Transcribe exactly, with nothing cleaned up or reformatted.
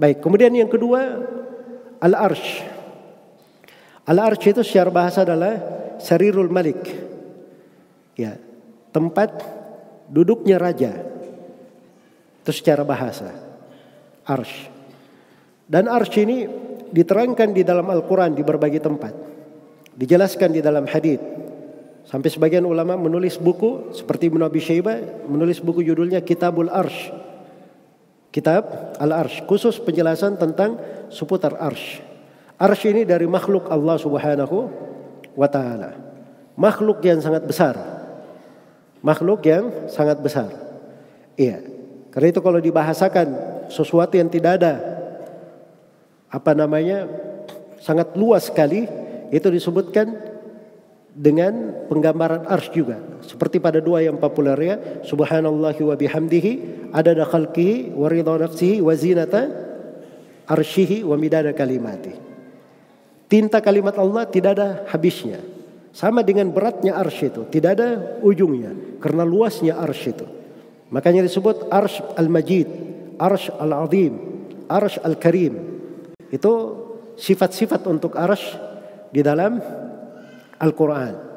Baik, kemudian yang kedua, al-arsh. Al-arsh itu secara bahasa adalah sarirul malik. Ya, tempat duduknya raja. Itu secara bahasa. Arsh. Dan arsh ini diterangkan di dalam Al-Quran di berbagai tempat. Dijelaskan di dalam hadits. Sampai sebagian ulama menulis buku seperti Ibnu Abi Syaibah menulis buku judulnya Kitabul Arsh. Kitab Al-Arsh, khusus penjelasan tentang seputar arsh. Arsh ini dari makhluk Allah Subhanahu wa taala. Makhluk yang sangat besar. Makhluk yang sangat besar. Iya. Karena itu kalau dibahasakan sesuatu yang tidak ada apa namanya sangat luas sekali, itu disebutkan dengan penggambaran arsy juga. Seperti pada doa yang populer ya, subhanallahi wa bihamdihi adada khalqihi wa ridha nafsihi wa zinata arsyihi wa midada kalimati. Tinta kalimat Allah tidak ada habisnya. Sama dengan beratnya arsy itu, tidak ada ujungnya karena luasnya arsy itu. Makanya disebut arsy al-majid, arsy al-azim, arsy al-karim. Itu sifat-sifat untuk arsy di dalam Al-Quran.